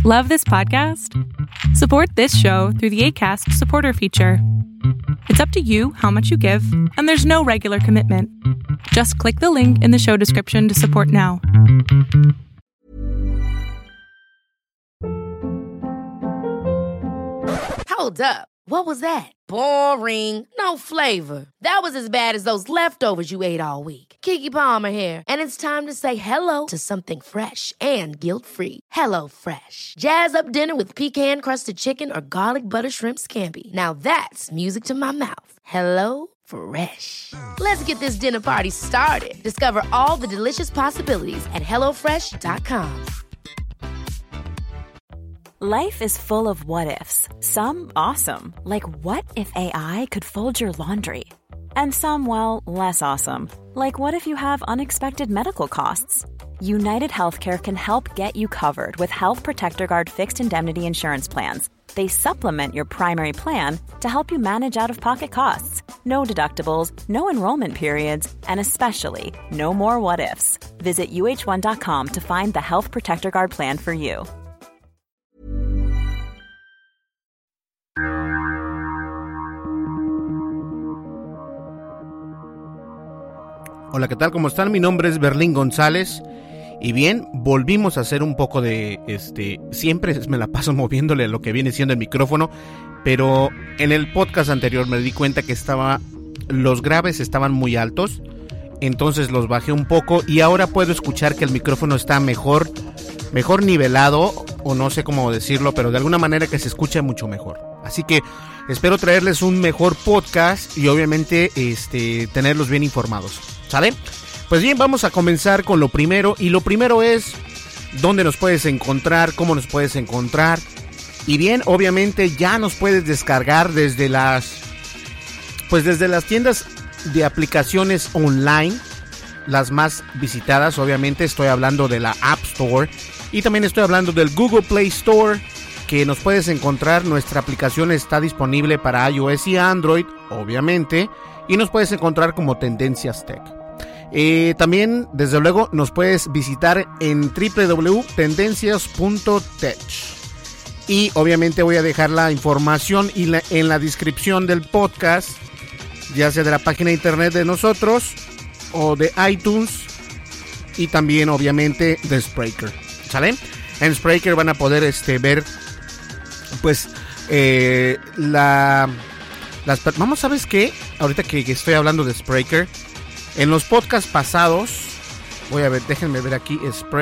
Love this podcast? Support this show through the Acast supporter feature. It's up to you how much you give, and there's no regular commitment. Just click the link in the show description to support now. Hold up. What was that? Boring. No flavor. That was as bad as those leftovers you ate all week. Keke Palmer here, and it's time to say hello to something fresh and guilt-free. Hello Fresh. Jazz up dinner with pecan-crusted chicken or garlic butter shrimp scampi. Now that's music to my mouth. Hello Fresh. Let's get this dinner party started. Discover all the delicious possibilities at hellofresh.com. Life is full of what-ifs. Some awesome, like what if AI could fold your laundry? And some, well, less awesome, like what if you have unexpected medical costs? United Healthcare can help get you covered with Health Protector Guard fixed indemnity insurance plans. They supplement your primary plan to help you manage out-of-pocket costs. No deductibles, no enrollment periods, and especially no more what-ifs. Visit uh1.com to find the Health Protector Guard plan for you. Hola, ¿qué tal? ¿Cómo están? Mi nombre es Berlín González. Y bien, volvimos a hacer un poco de siempre me la paso moviéndole a lo que viene siendo el micrófono, pero en el podcast anterior me di cuenta que los graves estaban muy altos, entonces los bajé un poco y ahora puedo escuchar que el micrófono está mejor nivelado, o no sé cómo decirlo, pero de alguna manera que se escuche mucho mejor. Así que espero traerles un mejor podcast y obviamente tenerlos bien informados. ¿Sale? Pues bien, vamos a comenzar con lo primero. Y lo primero es dónde nos puedes encontrar, cómo nos puedes encontrar. Y bien, obviamente ya nos puedes descargar desde las tiendas de aplicaciones online, las más visitadas. Obviamente estoy hablando de la App Store y también estoy hablando del Google Play Store, que nos puedes encontrar. Nuestra aplicación está disponible para iOS y Android, obviamente, y nos puedes encontrar como Tendencias Tech. También, desde luego, nos puedes visitar en www.tendencias.tech. Y obviamente voy a dejar la información en la descripción del podcast, ya sea de la página de internet de nosotros o de iTunes, y también obviamente de Spreaker. ¿Sale? En Spreaker van a poder ver pues vamos, ¿sabes qué? Ahorita que estoy hablando de Spreaker, en los podcasts pasados, voy a ver, déjenme ver aquí,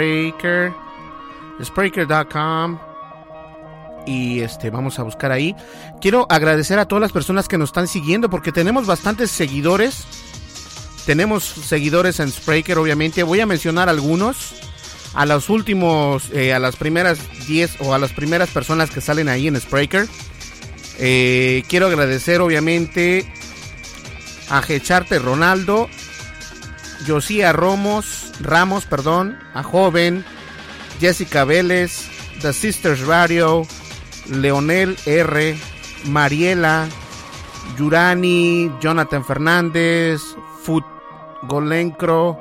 Spreaker.com, y vamos a buscar ahí. Quiero agradecer a todas las personas que nos están siguiendo, porque tenemos bastantes seguidores. Tenemos seguidores en Spreaker, obviamente. Voy a mencionar algunos. A los últimos, a las primeras 10 o a las primeras personas que salen ahí en Spreaker. Quiero agradecer, obviamente, a Gecharte Ronaldo, Josía Ramos, a Joven, Jessica Vélez, The Sisters Radio, Leonel R, Mariela, Yurani, Jonathan Fernández, Fut Golencro,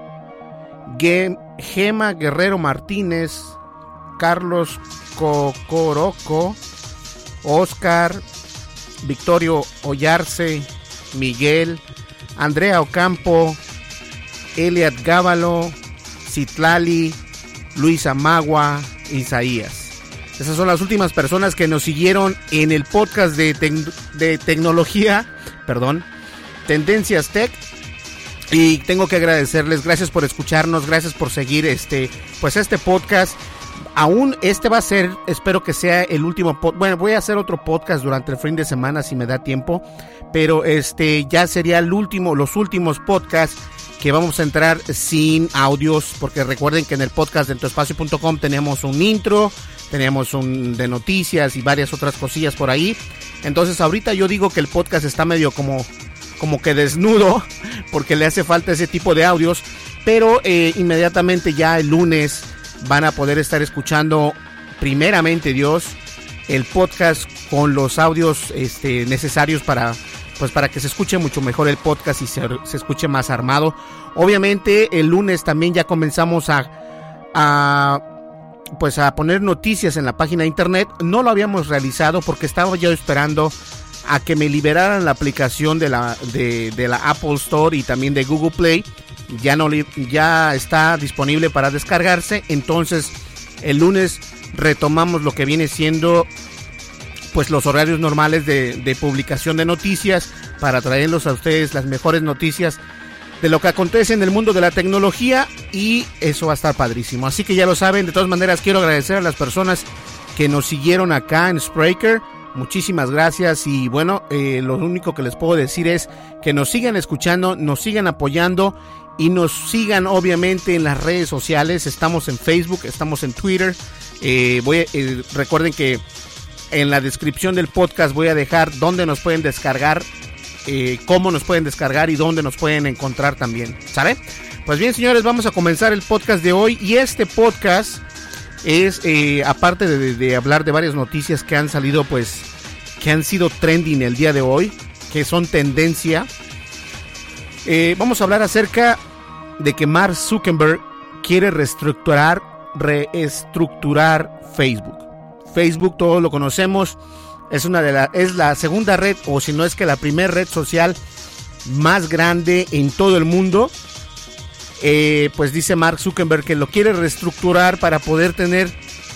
Gema Guerrero Martínez, Carlos Cocoroco, Oscar, Victorio Ollarse, Miguel, Andrea Ocampo, Eliad Gábalo, Citlali, Luisa Magua, Isaías. Esas son las últimas personas que nos siguieron en el podcast de tecnología, Tendencias Tech. Y tengo que agradecerles, gracias por escucharnos, gracias por seguir este podcast. Aún va a ser, espero que sea el último bueno, voy a hacer otro podcast durante el fin de semana si me da tiempo, pero ya sería los últimos podcasts que vamos a entrar sin audios, porque recuerden que en el podcast de tuespacio.com tenemos un intro, tenemos un de noticias y varias otras cosillas por ahí. Entonces ahorita yo digo que el podcast está medio como que desnudo, porque le hace falta ese tipo de audios, pero inmediatamente ya el lunes van a poder estar escuchando, primeramente Dios, el podcast con los audios necesarios para que se escuche mucho mejor el podcast y se escuche más armado. Obviamente el lunes también ya comenzamos a pues a poner noticias en la página de internet. No lo habíamos realizado porque estaba yo esperando a que me liberaran la aplicación de la Apple Store y también de Google Play. Ya está disponible para descargarse. Entonces el lunes retomamos lo que viene siendo pues los horarios normales de publicación de noticias, para traerlos a ustedes las mejores noticias de lo que acontece en el mundo de la tecnología, y eso va a estar padrísimo. Así que ya lo saben. De todas maneras, quiero agradecer a las personas que nos siguieron acá en Spreaker. Muchísimas gracias. Y bueno, lo único que les puedo decir es que nos sigan escuchando, nos sigan apoyando y nos sigan obviamente en las redes sociales. Estamos en Facebook, estamos en Twitter. Recuerden que en la descripción del podcast voy a dejar dónde nos pueden descargar, cómo nos pueden descargar y dónde nos pueden encontrar también, ¿sale? Pues bien, señores, vamos a comenzar el podcast de hoy. Y este podcast es, aparte de hablar de varias noticias que han salido, pues, que han sido trending el día de hoy, que son tendencia, vamos a hablar acerca de que Mark Zuckerberg quiere reestructurar Facebook. Facebook, todos lo conocemos, es la segunda red, o si no es que la primera red social más grande en todo el mundo. Pues dice Mark Zuckerberg que lo quiere reestructurar para poder tener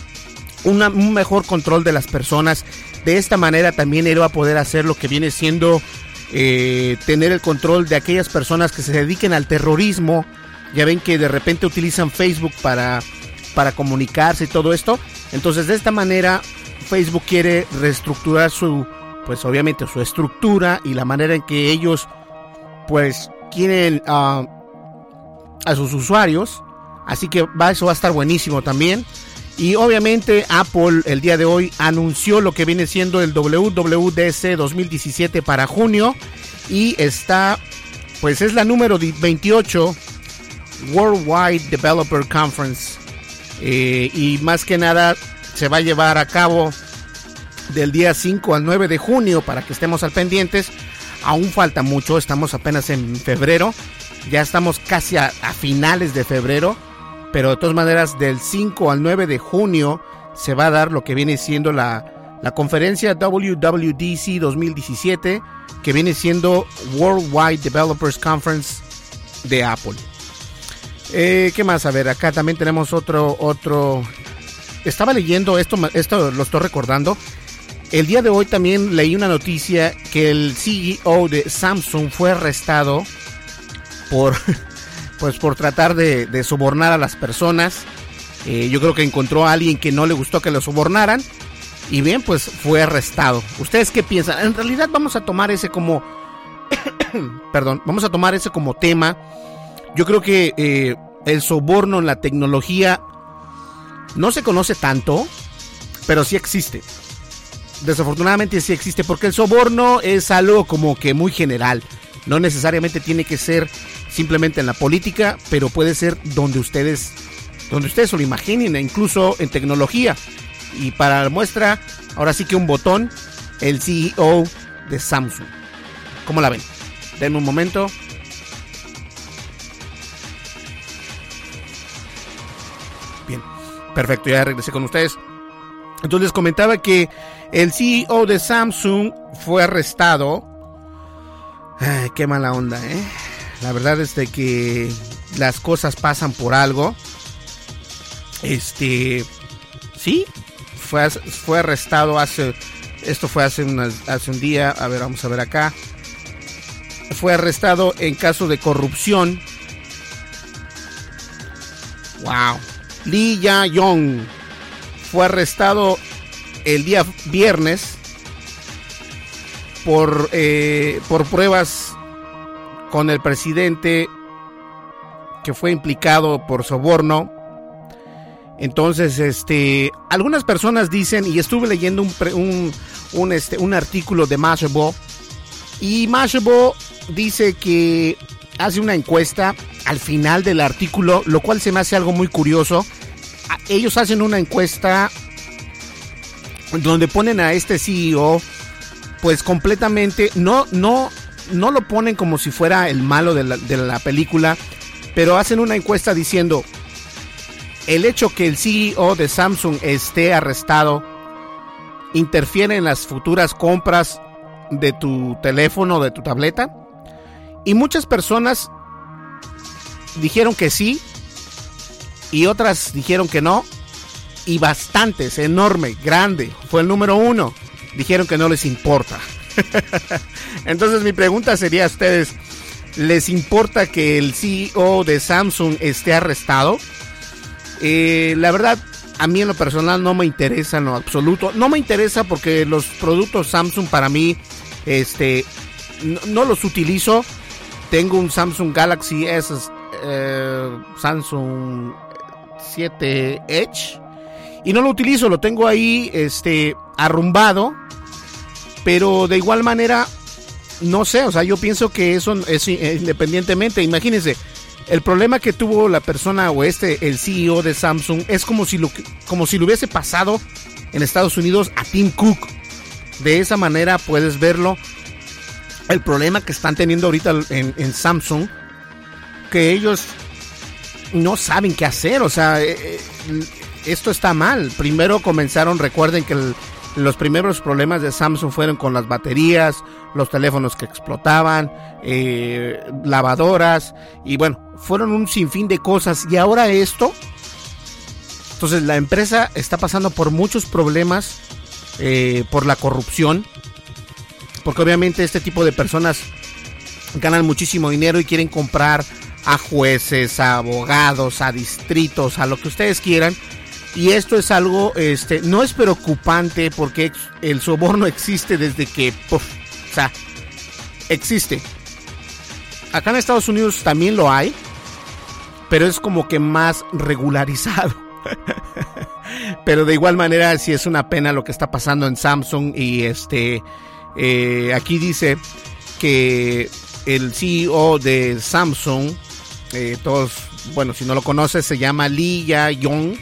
un mejor control de las personas. De esta manera también él va a poder hacer lo que viene siendo tener el control de aquellas personas que se dediquen al terrorismo. Ya ven que de repente utilizan Facebook para comunicarse y todo esto. Entonces, de esta manera Facebook quiere reestructurar pues obviamente su estructura y la manera en que ellos pues quieren a sus usuarios. Así que eso va a estar buenísimo también. Y obviamente Apple el día de hoy anunció lo que viene siendo el WWDC 2017 para junio, y pues es la número 28 Worldwide Developer Conference, y más que nada se va a llevar a cabo del día 5 al 9 de junio para que estemos al pendientes. Aún falta mucho, estamos apenas en febrero, ya estamos casi a finales de febrero, pero de todas maneras del 5 al 9 de junio se va a dar lo que viene siendo la conferencia WWDC 2017, que viene siendo Worldwide Developers Conference de Apple. ¿Qué más? A ver, acá también tenemos otro. Estaba leyendo esto lo estoy recordando. El día de hoy también leí una noticia que el CEO de Samsung fue arrestado por tratar de sobornar a las personas. Yo creo que encontró a alguien que no le gustó que lo sobornaran, y bien, pues fue arrestado. ¿Ustedes qué piensan? En realidad vamos a tomar ese como vamos a tomar ese como tema. Yo creo que el soborno en la tecnología no se conoce tanto, pero sí existe. Desafortunadamente sí existe, porque el soborno es algo como que muy general. No necesariamente tiene que ser simplemente en la política, pero puede ser donde ustedes se lo imaginen, incluso en tecnología. Y para la muestra, ahora sí que un botón, el CEO de Samsung. ¿Cómo la ven? Denme un momento. Bien, perfecto, ya regresé con ustedes. Entonces les comentaba que el CEO de Samsung fue arrestado. Ay, qué mala onda, La verdad es de que las cosas pasan por algo. Sí, fue arrestado hace un día. A ver, vamos a ver acá. Fue arrestado en caso de corrupción. Wow. Lee Ya-yong fue arrestado el día viernes por pruebas con el presidente, que fue implicado por soborno. Entonces, algunas personas dicen, y estuve leyendo un artículo de Mashable, y Mashable dice que hace una encuesta al final del artículo, lo cual se me hace algo muy curioso. Ellos hacen una encuesta donde ponen a este CEO, pues completamente, no lo ponen como si fuera el malo de la película, pero hacen una encuesta diciendo: el hecho que el CEO de Samsung esté arrestado interfiere en las futuras compras de tu teléfono, de tu tableta. Y muchas personas dijeron que sí y otras dijeron que no. Y bastantes, enorme, grande, fue el número 1, dijeron que no les importa. Entonces mi pregunta sería a ustedes, ¿les importa que el CEO de Samsung esté arrestado? La verdad, a mí en lo personal no me interesa en lo absoluto. No me interesa porque los productos Samsung para mí, no los utilizo. Tengo un Samsung Galaxy S, Samsung 7 Edge. Y no lo utilizo, lo tengo ahí arrumbado. Pero de igual manera, no sé, o sea, yo pienso que eso es independientemente. Imagínense, el problema que tuvo la persona o el CEO de Samsung es como si lo hubiese pasado en Estados Unidos a Tim Cook. De esa manera puedes verlo. El problema que están teniendo ahorita en Samsung, que ellos no saben qué hacer, o sea, esto está mal. Primero comenzaron, recuerden que los primeros problemas de Samsung fueron con las baterías, los teléfonos que explotaban, lavadoras, y bueno, fueron un sinfín de cosas. Y ahora esto, entonces la empresa está pasando por muchos problemas, por la corrupción, porque obviamente este tipo de personas ganan muchísimo dinero y quieren comprar a jueces, a abogados, a distritos, a lo que ustedes quieran. Y esto es algo, no es preocupante porque el soborno existe desde que, existe. Acá en Estados Unidos también lo hay, pero es como que más regularizado. Pero de igual manera sí es una pena lo que está pasando en Samsung. Y aquí dice que el CEO de Samsung, todos, bueno, si no lo conoces, se llama Lee Jae-yong.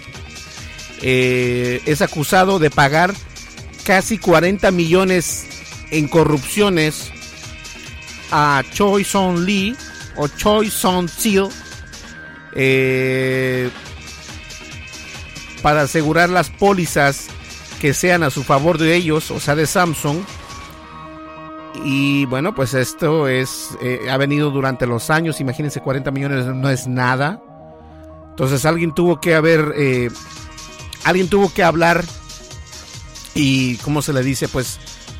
Es acusado de pagar casi 40 millones en corrupciones a Choi Soon-lee o Choi Soon-sil para asegurar las pólizas que sean a su favor de ellos, o sea, de Samsung. Y bueno, pues esto ha venido durante los años. Imagínense, 40 millones no es nada. Entonces alguien tuvo que hablar y, ¿cómo se le dice? Pues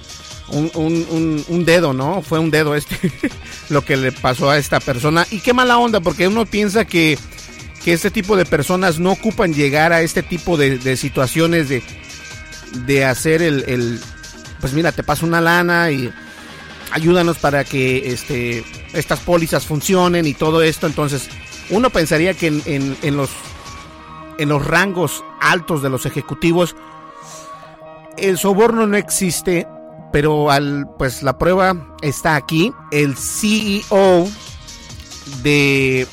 un dedo, ¿no? Fue un dedo lo que le pasó a esta persona. Y qué mala onda, porque uno piensa que este tipo de personas no ocupan llegar a este tipo de situaciones de hacer pues mira, te paso una lana y ayúdanos para que estas pólizas funcionen y todo esto. Entonces uno pensaría que en los rangos altos de los ejecutivos el soborno no existe, pero pues la prueba está aquí. El CEO de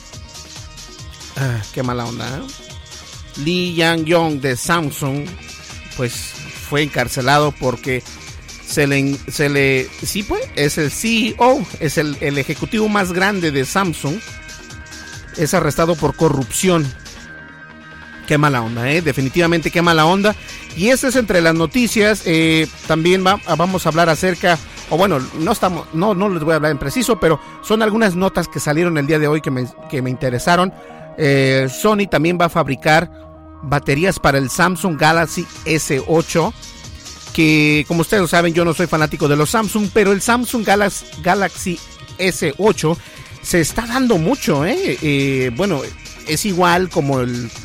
qué mala onda, Lee Jae-yong de Samsung, pues fue encarcelado porque sí, pues es el CEO, es el ejecutivo más grande de Samsung, es arrestado por corrupción. Qué mala onda, definitivamente qué mala onda. Y esta es entre las noticias. También vamos a hablar acerca, o bueno, no les voy a hablar en preciso, pero son algunas notas que salieron el día de hoy que me interesaron. Sony también va a fabricar baterías para el Samsung Galaxy S8, que como ustedes saben, yo no soy fanático de los Samsung, pero el Samsung Galaxy S8 se está dando mucho, bueno, es igual como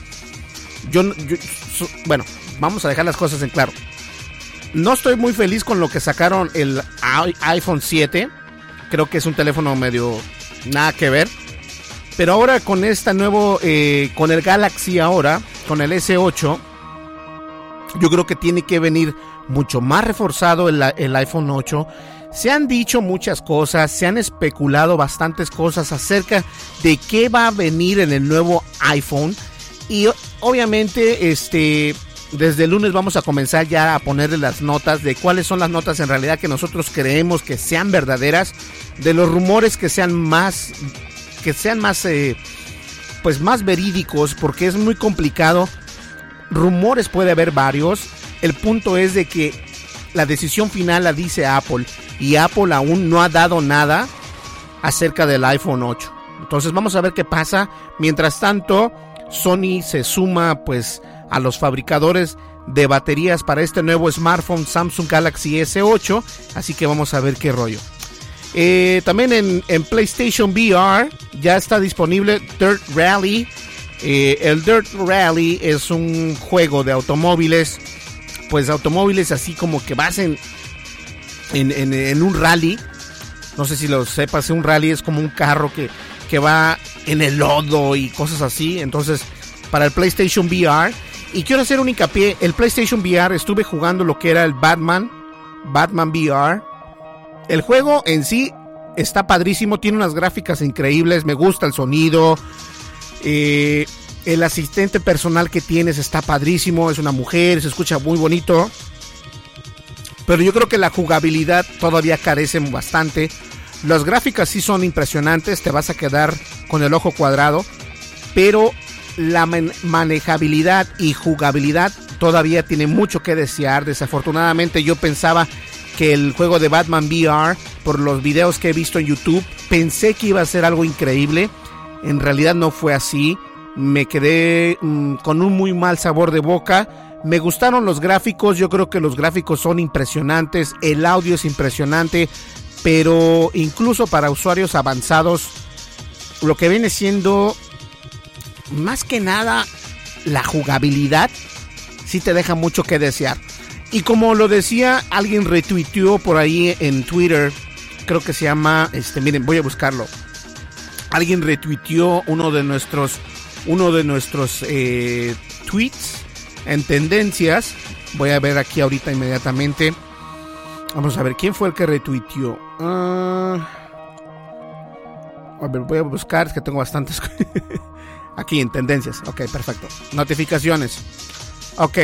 bueno, vamos a dejar las cosas en claro. No estoy muy feliz con lo que sacaron el iPhone 7. Creo que es un teléfono medio nada que ver. Pero ahora con con el Galaxy ahora, con el S8, yo creo que tiene que venir mucho más reforzado el iPhone 8. Se han dicho muchas cosas, se han especulado bastantes cosas acerca de qué va a venir en el nuevo iPhone. Y obviamente, desde el lunes vamos a comenzar ya a ponerle las notas de cuáles son las notas en realidad que nosotros creemos que sean verdaderas, de los rumores que sean más pues más verídicos, porque es muy complicado. Rumores puede haber varios. El punto es de que la decisión final la dice Apple, y Apple aún no ha dado nada acerca del iPhone 8. Entonces vamos a ver qué pasa. Mientras tanto, Sony se suma pues a los fabricadores de baterías para este nuevo smartphone Samsung Galaxy S8, así que vamos a ver qué rollo. También en PlayStation VR ya está disponible Dirt Rally. El Dirt Rally es un juego de automóviles, pues automóviles así como que vas en un rally. No sé si lo sepas, un rally es como un carro que va en el lodo y cosas así. Entonces, para el PlayStation VR, y quiero hacer un hincapié, el PlayStation VR estuve jugando lo que era el Batman VR. El juego en sí está padrísimo, tiene unas gráficas increíbles, me gusta el sonido. El asistente personal que tienes está padrísimo, es una mujer, se escucha muy bonito. Pero yo creo que la jugabilidad todavía carece bastante. Las gráficas sí son impresionantes, te vas a quedar con el ojo cuadrado, pero la manejabilidad y jugabilidad todavía tiene mucho que desear. Desafortunadamente yo pensaba que el juego de Batman VR, por los videos que he visto en YouTube, pensé que iba a ser algo increíble. En realidad no fue así. Me quedé con un muy mal sabor de boca. Me gustaron los gráficos, yo creo que los gráficos son impresionantes, el audio es impresionante, pero incluso para usuarios avanzados, lo que viene siendo más que nada la jugabilidad, sí te deja mucho que desear. Y como lo decía, alguien retuiteó por ahí en Twitter, creo que se llama, miren, voy a buscarlo. Alguien retuiteó uno de nuestros tweets en tendencias. Voy a ver aquí ahorita inmediatamente. Vamos a ver quién fue el que retuiteó. A ver, voy a buscar, es que tengo bastantes. Aquí en tendencias. Ok, perfecto. Notificaciones. Ok.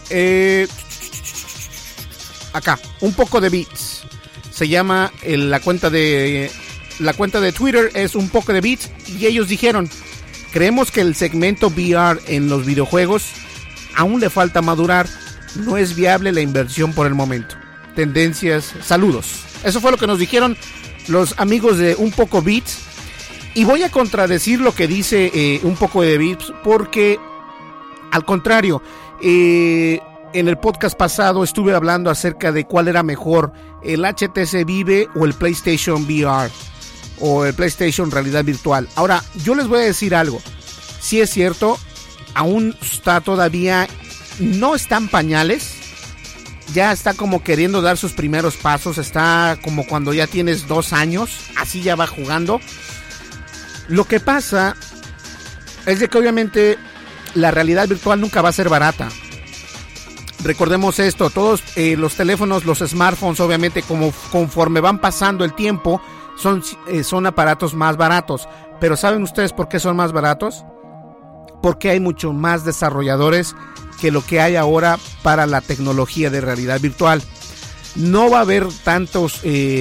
Acá, un poco de bits. Se llama la cuenta de Twitter es un poco de bits, y ellos dijeron: creemos que el segmento VR en los videojuegos aún le falta madurar. No es viable la inversión por el momento. Tendencias, saludos. Eso fue lo que nos dijeron los amigos de Un Poco Bits. Y voy a contradecir lo que dice Un Poco de Bits, porque al contrario, en el podcast pasado estuve hablando acerca de cuál era mejor, el HTC Vive o el PlayStation VR o el PlayStation Realidad Virtual. Ahora, yo les voy a decir algo. Sí es cierto, aún está todavía, no está en pañales, ya está como queriendo dar sus primeros pasos, está como cuando ya tienes 2 años, así ya va jugando. Lo que pasa es de que obviamente la realidad virtual nunca va a ser barata. Recordemos esto, todos los teléfonos, los smartphones, obviamente conforme van pasando el tiempo, son aparatos más baratos. Pero ¿saben ustedes por qué son más baratos? Porque hay mucho más desarrolladores que lo que hay ahora para la tecnología de realidad virtual. No va a haber tantos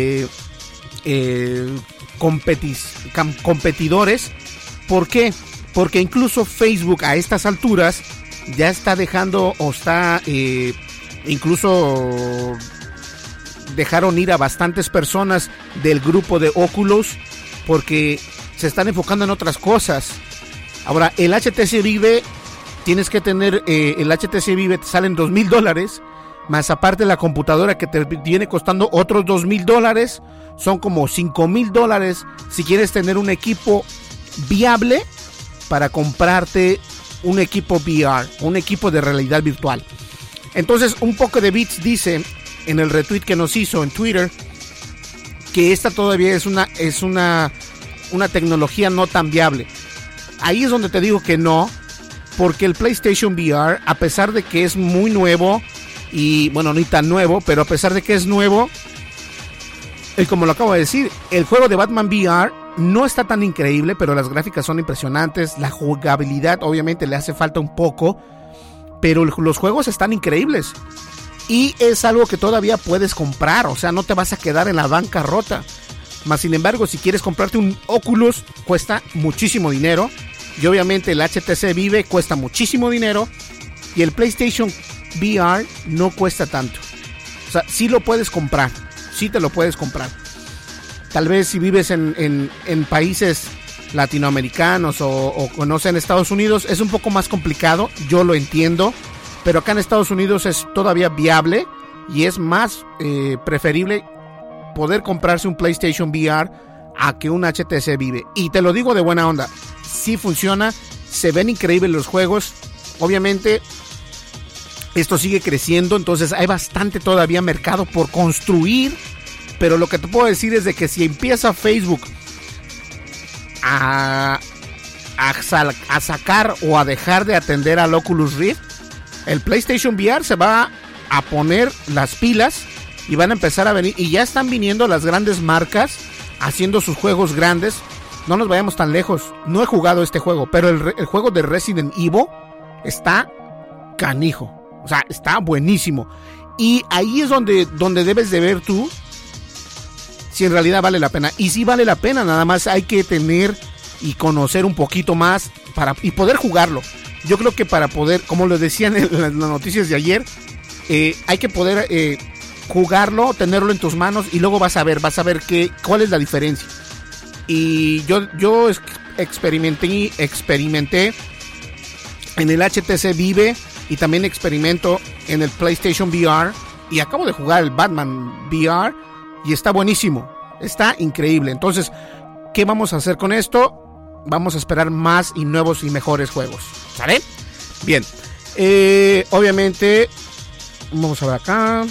competidores. ¿Por qué? Porque incluso Facebook a estas alturas ya está dejando, o está incluso dejaron ir a bastantes personas del grupo de Oculus porque se están enfocando en otras cosas. Ahora, el HTC Vive, tienes que tener el HTC Vive, te salen $2,000, más aparte la computadora que te viene costando otros $2,000, son como $5,000 si quieres tener un equipo viable para comprarte un equipo VR, un equipo de realidad virtual. Entonces, Un Poco de Bits dice en el retweet que nos hizo en Twitter que esta todavía es una tecnología no tan viable. Ahí es donde te digo que no, porque el PlayStation VR, a pesar de que es muy nuevo, y bueno, no tan nuevo, pero a pesar de que es nuevo, y como lo acabo de decir, el juego de Batman VR no está tan increíble, pero las gráficas son impresionantes, la jugabilidad obviamente le hace falta un poco, pero los juegos están increíbles. Y es algo que todavía puedes comprar, o sea, no te vas a quedar en la bancarrota. Más sin embargo, si quieres comprarte un Oculus, cuesta muchísimo dinero. Y obviamente el HTC Vive cuesta muchísimo dinero y el PlayStation VR no cuesta tanto. O sea, sí lo puedes comprar, sí te lo puedes comprar. Tal vez si vives en países latinoamericanos o no sé, en Estados Unidos es un poco más complicado, yo lo entiendo, pero acá en Estados Unidos es todavía viable y es más preferible poder comprarse un PlayStation VR a que un HTC Vive. Y te lo digo de buena onda, sí funciona, se ven increíbles los juegos. Obviamente esto sigue creciendo, entonces hay bastante todavía mercado por construir, pero lo que te puedo decir es de que si empieza Facebook a sacar o a dejar de atender al Oculus Rift, el PlayStation VR se va a poner las pilas y van a empezar a venir, y ya están viniendo las grandes marcas haciendo sus juegos grandes. No nos vayamos tan lejos, no he jugado este juego, pero el juego de Resident Evil está canijo, o sea, está buenísimo, y ahí es donde debes de ver tú si en realidad vale la pena. Y si vale la pena, nada más hay que tener y conocer un poquito más y poder jugarlo. Yo creo que para poder, como lo decían en las noticias de ayer, hay que poder jugarlo, tenerlo en tus manos y luego vas a ver cuál es la diferencia. Y yo experimenté en el HTC Vive y también experimento en el PlayStation VR, y acabo de jugar el Batman VR y está buenísimo, está increíble. Entonces, ¿qué vamos a hacer con esto? Vamos a esperar más y nuevos y mejores juegos, ¿sale? Bien, obviamente, vamos a ver acá.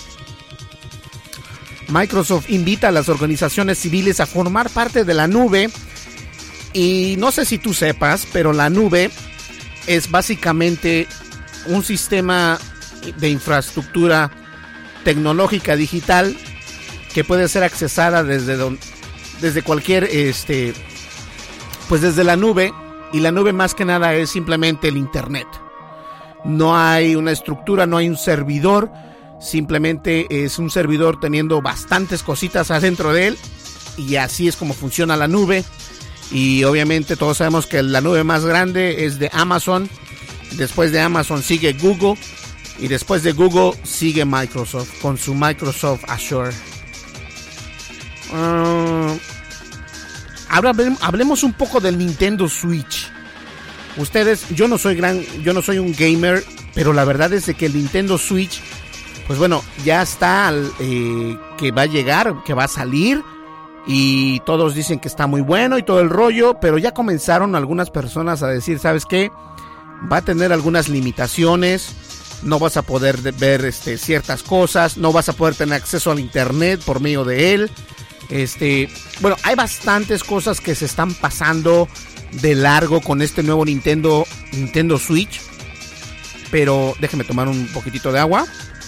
Microsoft invita a las organizaciones civiles a formar parte de la nube. Y no sé si tú sepas, pero la nube es básicamente un sistema de infraestructura tecnológica digital que puede ser accesada desde cualquier, pues desde la nube. Y la nube más que nada es simplemente el internet. No hay una estructura, no hay un servidor. Simplemente es un servidor teniendo bastantes cositas adentro de él, y así es como funciona la nube. Y obviamente todos sabemos que la nube más grande es de Amazon. Después de Amazon sigue Google, y después de Google sigue Microsoft con su Microsoft Azure. Ahora hablemos un poco del Nintendo Switch. Ustedes, yo no soy un gamer, pero la verdad es de que el Nintendo Switch, pues bueno, ya está, que va a llegar, que va a salir, y todos dicen que está muy bueno y todo el rollo, pero ya comenzaron algunas personas a decir, ¿sabes qué? Va a tener algunas limitaciones, no vas a poder ver ciertas cosas, no vas a poder tener acceso al internet por medio de él. Bueno, hay bastantes cosas que se están pasando de largo con este nuevo Nintendo Switch, pero déjenme tomar un poquitito de agua.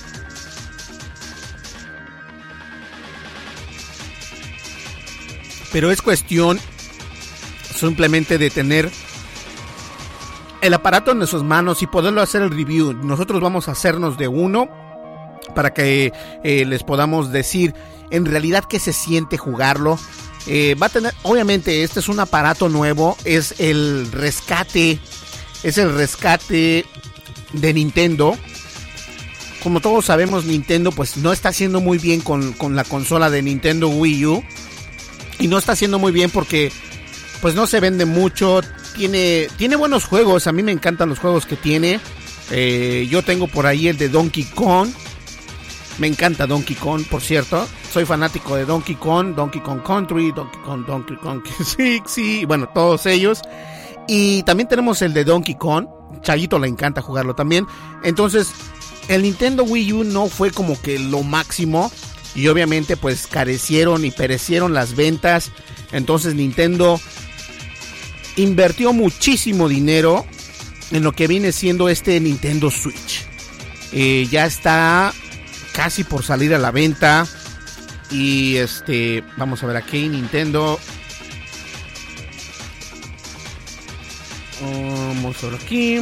Pero es cuestión simplemente de tener el aparato en nuestras manos y poderlo hacer el review. Nosotros vamos a hacernos de uno para que les podamos decir en realidad qué se siente jugarlo. Va a tener, obviamente este es un aparato nuevo, es el rescate de Nintendo. Como todos sabemos, Nintendo pues no está haciendo muy bien con la consola de Nintendo Wii U. Y no está haciendo muy bien porque pues no se vende mucho. Tiene buenos juegos, a mí me encantan los juegos que tiene. Yo tengo por ahí el de Donkey Kong. Me encanta Donkey Kong, por cierto. Soy fanático de Donkey Kong Country, Donkey Kong 60, bueno, todos ellos. Y también tenemos el de Donkey Kong. Chayito le encanta jugarlo también. Entonces, el Nintendo Wii U no fue como que lo máximo. Y obviamente pues carecieron y perecieron las ventas. Entonces Nintendo invirtió muchísimo dinero en lo que viene siendo este Nintendo Switch. Ya está casi por salir a la venta. Y vamos a ver aquí, Nintendo. Vamos a ver aquí.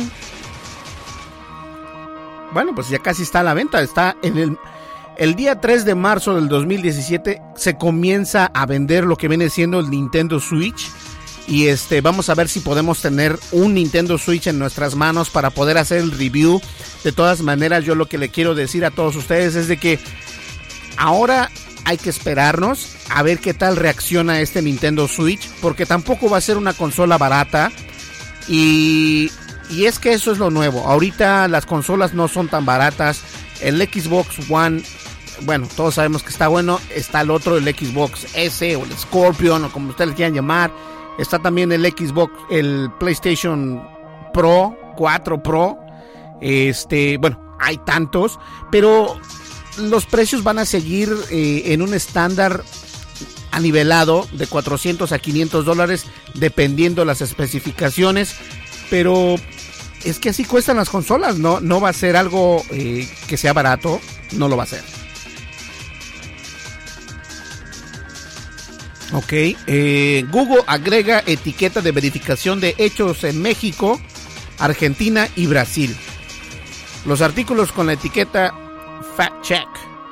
Bueno, pues ya casi está a la venta. Está en el día 3 de marzo del 2017 se comienza a vender lo que viene siendo el Nintendo Switch. Y vamos a ver si podemos tener un Nintendo Switch en nuestras manos para poder hacer el review. De todas maneras, yo lo que le quiero decir a todos ustedes es de que ahora hay que esperarnos a ver qué tal reacciona este Nintendo Switch, porque tampoco va a ser una consola barata. Y es que eso es lo nuevo. Ahorita las consolas no son tan baratas. El Xbox One, bueno, todos sabemos que está bueno. Está el otro, el Xbox S o el Scorpion o como ustedes quieran llamar. Está también el Xbox, el PlayStation Pro, 4 Pro. Bueno, hay tantos, pero los precios van a seguir en un estándar anivelado de $400 a $500 dependiendo las especificaciones, pero es que así cuestan las consolas, no va a ser algo que sea barato, no lo va a ser. Ok, Google agrega etiqueta de verificación de hechos en México, Argentina y Brasil. Los artículos con la etiqueta Fact Check.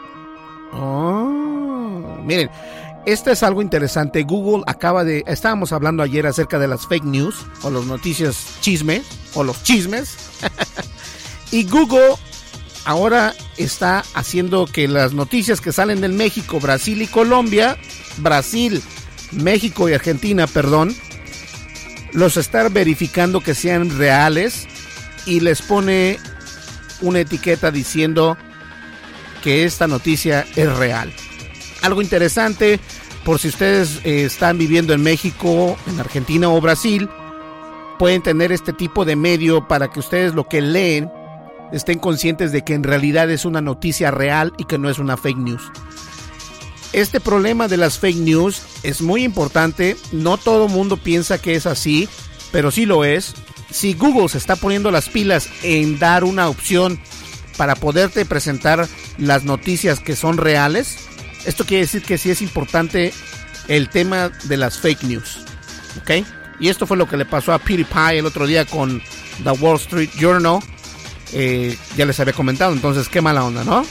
Oh, miren, esto es algo interesante. Google estábamos hablando ayer acerca de las fake news o las noticias chisme o los chismes. Y Google ahora está haciendo que las noticias que salen de México, Brasil y Colombia, México y Argentina, los está verificando que sean reales y les pone una etiqueta diciendo que esta noticia es real. Algo interesante, por si ustedes están viviendo en México, en Argentina o Brasil, pueden tener este tipo de medio para que ustedes lo que leen estén conscientes de que en realidad es una noticia real y que no es una fake news. Este problema de las fake news es muy importante. No todo mundo piensa que es así, pero sí lo es. Si Google se está poniendo las pilas en dar una opción para poderte presentar las noticias que son reales, esto quiere decir que sí es importante el tema de las fake news, ¿ok? Y esto fue lo que le pasó a PewDiePie el otro día con The Wall Street Journal. Ya les había comentado, entonces qué mala onda, ¿no?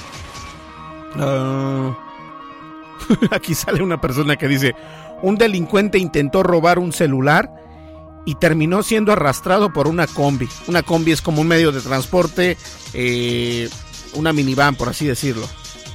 Aquí sale una persona que dice: un delincuente intentó robar un celular y terminó siendo arrastrado por una combi. Una combi es como un medio de transporte, una minivan, por así decirlo.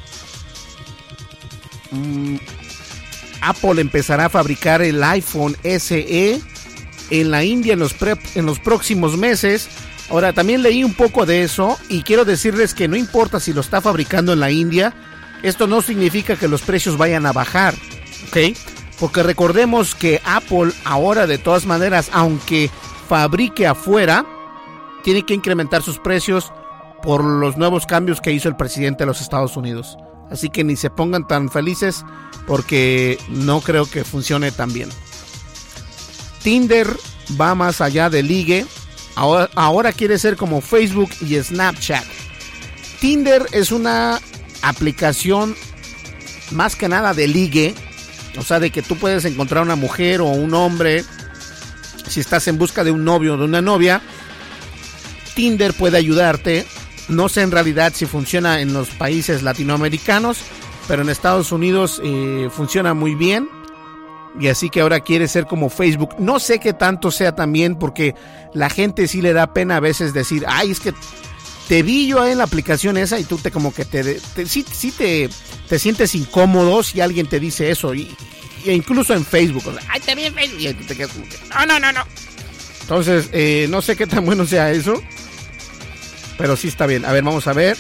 Apple empezará a fabricar el iPhone SE en la India en los próximos meses. Ahora, también leí un poco de eso y quiero decirles que no importa si lo está fabricando en la India, esto no significa que los precios vayan a bajar, ¿ok? Porque recordemos que Apple ahora, de todas maneras, aunque fabrique afuera, tiene que incrementar sus precios por los nuevos cambios que hizo el presidente de los Estados Unidos. Así que ni se pongan tan felices porque no creo que funcione tan bien. Tinder va más allá de ligue. Ahora quiere ser como Facebook y Snapchat. Tinder es una aplicación más que nada de ligue. O sea, de que tú puedes encontrar una mujer o un hombre. Si estás en busca de un novio o de una novia, Tinder puede ayudarte. No sé en realidad si funciona en los países latinoamericanos, pero en Estados Unidos funciona muy bien. Y así que ahora quiere ser como Facebook. No sé qué tanto sea también, porque la gente sí le da pena a veces decir: ay, es que te vi yo en la aplicación esa, y tú te sientes incómodo si alguien te dice eso. Y incluso en Facebook, o sea, ay, te vi en Facebook, y tú te quedas como que no. Entonces, no sé qué tan bueno sea eso, pero sí está bien. A ver, vamos a ver.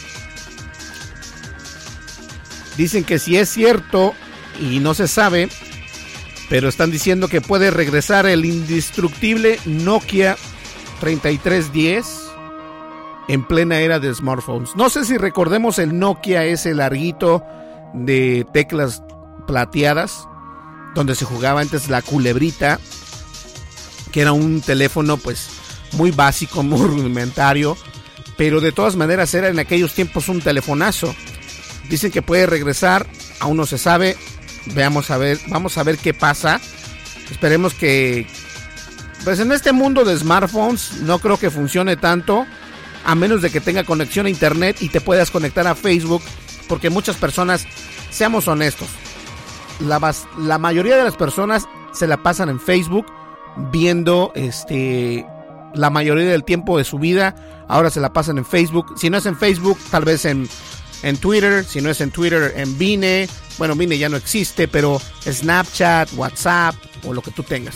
Dicen que si es cierto, y no se sabe, pero están diciendo que puede regresar el indestructible Nokia 3310 en plena era de smartphones. No sé si recordemos el Nokia ese larguito de teclas plateadas, donde se jugaba antes la culebrita, que era un teléfono pues muy básico, muy rudimentario, pero de todas maneras era en aquellos tiempos un telefonazo. Dicen que puede regresar, aún no se sabe. Vamos a ver qué pasa. Esperemos que, pues en este mundo de smartphones no creo que funcione tanto, a menos de que tenga conexión a internet y te puedas conectar a Facebook, porque muchas personas, seamos honestos, la mayoría de las personas se la pasan en Facebook viendo la mayoría del tiempo de su vida. Ahora se la pasan en Facebook. Si no es en Facebook, tal vez en Twitter. Si no es en Twitter, en Vine. Bueno, Vine ya no existe, pero Snapchat, WhatsApp o lo que tú tengas.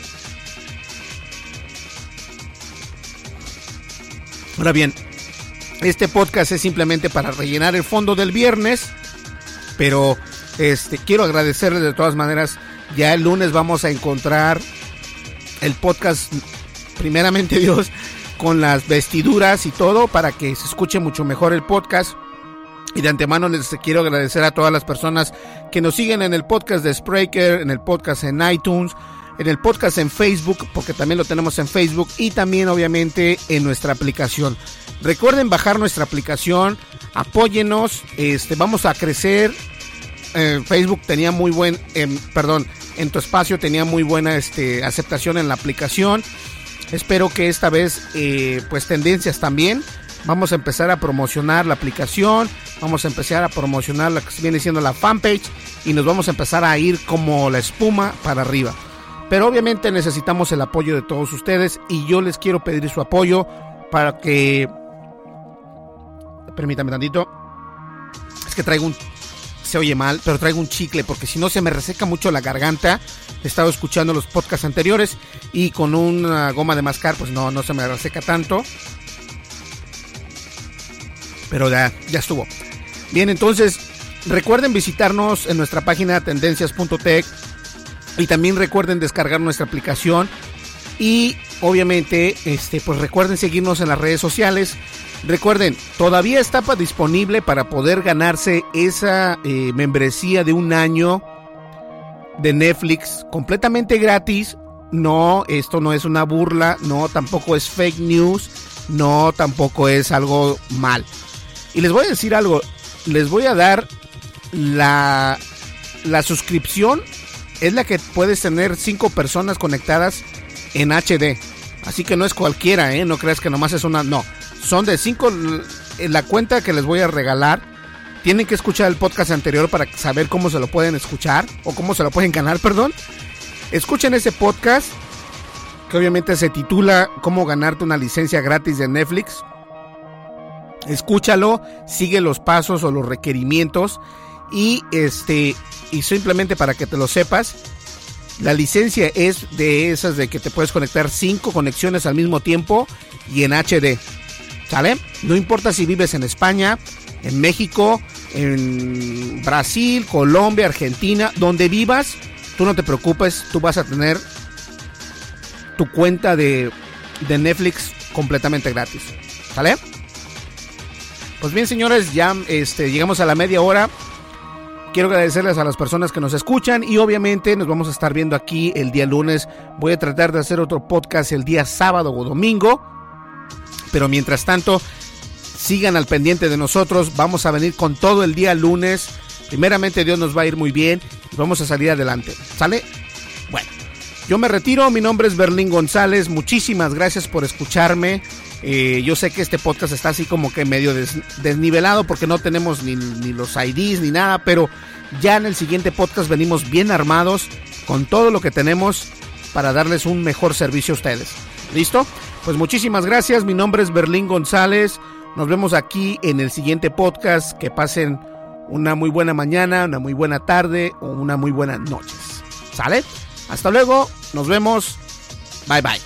Ahora bien, este podcast es simplemente para rellenar el fondo del viernes, pero quiero agradecerles de todas maneras. Ya el lunes vamos a encontrar el podcast, primeramente Dios, con las vestiduras y todo, para que se escuche mucho mejor el podcast. Y de antemano les quiero agradecer a todas las personas que nos siguen en el podcast de Spreaker, en el podcast en iTunes, en el podcast en Facebook, porque también lo tenemos en Facebook, y también obviamente en nuestra aplicación. Recuerden bajar nuestra aplicación, apóyennos, vamos a crecer. Facebook tenía muy buen, en tu espacio tenía muy buena aceptación en la aplicación. Espero que esta vez pues Tendencias también. Vamos a empezar a promocionar la aplicación, vamos a empezar a promocionar lo que viene siendo la fanpage, y nos vamos a empezar a ir como la espuma para arriba. Pero obviamente necesitamos el apoyo de todos ustedes, y yo les quiero pedir su apoyo para que... Permítame tantito. Es que se oye mal, pero traigo un chicle, porque si no se me reseca mucho la garganta. He estado escuchando los podcasts anteriores y con una goma de mascar pues no se me reseca tanto. Pero ya estuvo. Bien, entonces recuerden visitarnos en nuestra página tendencias.tech, y también recuerden descargar nuestra aplicación, y obviamente pues recuerden seguirnos en las redes sociales. Recuerden, todavía está disponible para poder ganarse esa membresía de 1 año de Netflix completamente gratis. No, esto no es una burla, no, tampoco es fake news, no, tampoco es algo mal. Y les voy a decir algo, les voy a dar la suscripción, es la que puedes tener 5 personas conectadas en HD. Así que no es cualquiera, no creas que nomás es una, no. Son de 5, en la cuenta que les voy a regalar. Tienen que escuchar el podcast anterior para saber cómo se lo pueden escuchar, o cómo se lo pueden ganar, perdón. Escuchen ese podcast, que obviamente se titula Cómo ganarte una licencia gratis de Netflix. Escúchalo, sigue los pasos o los requerimientos, y simplemente para que te lo sepas, la licencia es de esas de que te puedes conectar 5 conexiones al mismo tiempo y en HD. ¿Sale? No importa si vives en España, en México, en Brasil, Colombia, Argentina, donde vivas, tú no te preocupes, tú vas a tener tu cuenta de Netflix completamente gratis. ¿Sale? Pues bien, señores, ya llegamos a la media hora. Quiero agradecerles a las personas que nos escuchan, y obviamente nos vamos a estar viendo aquí el día lunes. Voy a tratar de hacer otro podcast el día sábado o domingo. Pero mientras tanto, sigan al pendiente de nosotros. Vamos a venir con todo el día lunes. Primeramente Dios, nos va a ir muy bien y vamos a salir adelante. ¿Sale? Bueno, yo me retiro. Mi nombre es Berlín González. Muchísimas gracias por escucharme. Yo sé que este podcast está así como que medio desnivelado, porque no tenemos ni los IDs ni nada, pero ya en el siguiente podcast venimos bien armados con todo lo que tenemos para darles un mejor servicio a ustedes. ¿Listo? Pues muchísimas gracias. Mi nombre es Berlín González. Nos vemos aquí en el siguiente podcast. Que pasen una muy buena mañana, una muy buena tarde o una muy buena noche. ¿Sale? Hasta luego. Nos vemos. Bye bye.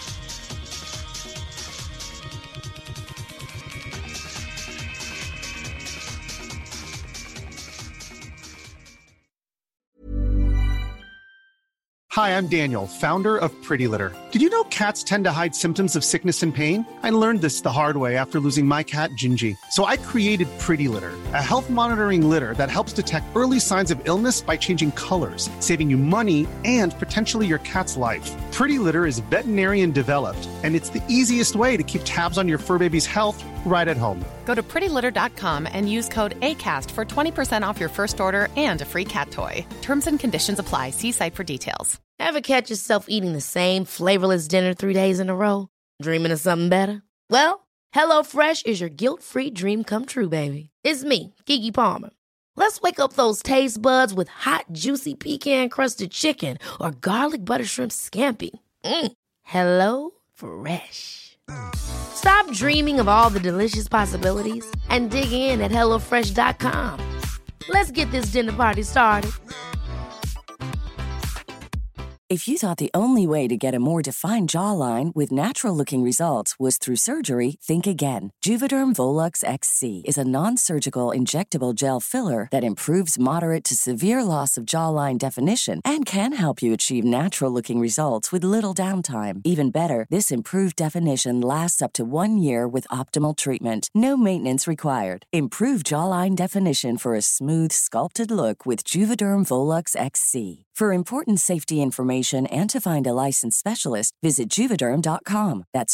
Hi, I'm Daniel, founder of Pretty Litter. Did you know cats tend to hide symptoms of sickness and pain? I learned this the hard way after losing my cat, Gingy. So I created Pretty Litter, a health monitoring litter that helps detect early signs of illness by changing colors, saving you money and potentially your cat's life. Pretty Litter is veterinarian developed, and it's the easiest way to keep tabs on your fur baby's health right at home. Go to prettylitter.com and use code ACAST for 20% off your first order and a free cat toy. Terms and conditions apply. See site for details. Ever catch yourself eating the same flavorless dinner 3 days in a row? Dreaming of something better? Well, HelloFresh is your guilt-free dream come true, baby. It's me, Keke Palmer. Let's wake up those taste buds with hot, juicy pecan-crusted chicken or garlic butter shrimp scampi. Hello Fresh. Stop dreaming of all the delicious possibilities and dig in at HelloFresh.com. Let's get this dinner party started. If you thought the only way to get a more defined jawline with natural-looking results was through surgery, think again. Juvederm Volux XC is a non-surgical injectable gel filler that improves moderate to severe loss of jawline definition and can help you achieve natural-looking results with little downtime. Even better, this improved definition lasts up to 1 year with optimal treatment. No maintenance required. Improve jawline definition for a smooth, sculpted look with Juvederm Volux XC. For important safety information and to find a licensed specialist, visit Juvederm.com. That's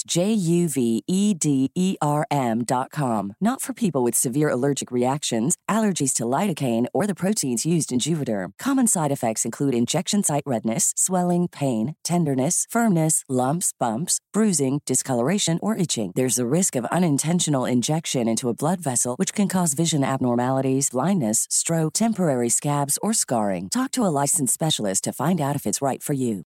JUVEDERM.com. Not for people with severe allergic reactions, allergies to lidocaine, or the proteins used in Juvederm. Common side effects include injection site redness, swelling, pain, tenderness, firmness, lumps, bumps, bruising, discoloration, or itching. There's a risk of unintentional injection into a blood vessel, which can cause vision abnormalities, blindness, stroke, temporary scabs, or scarring. Talk to a licensed specialist to find out if it's right for you.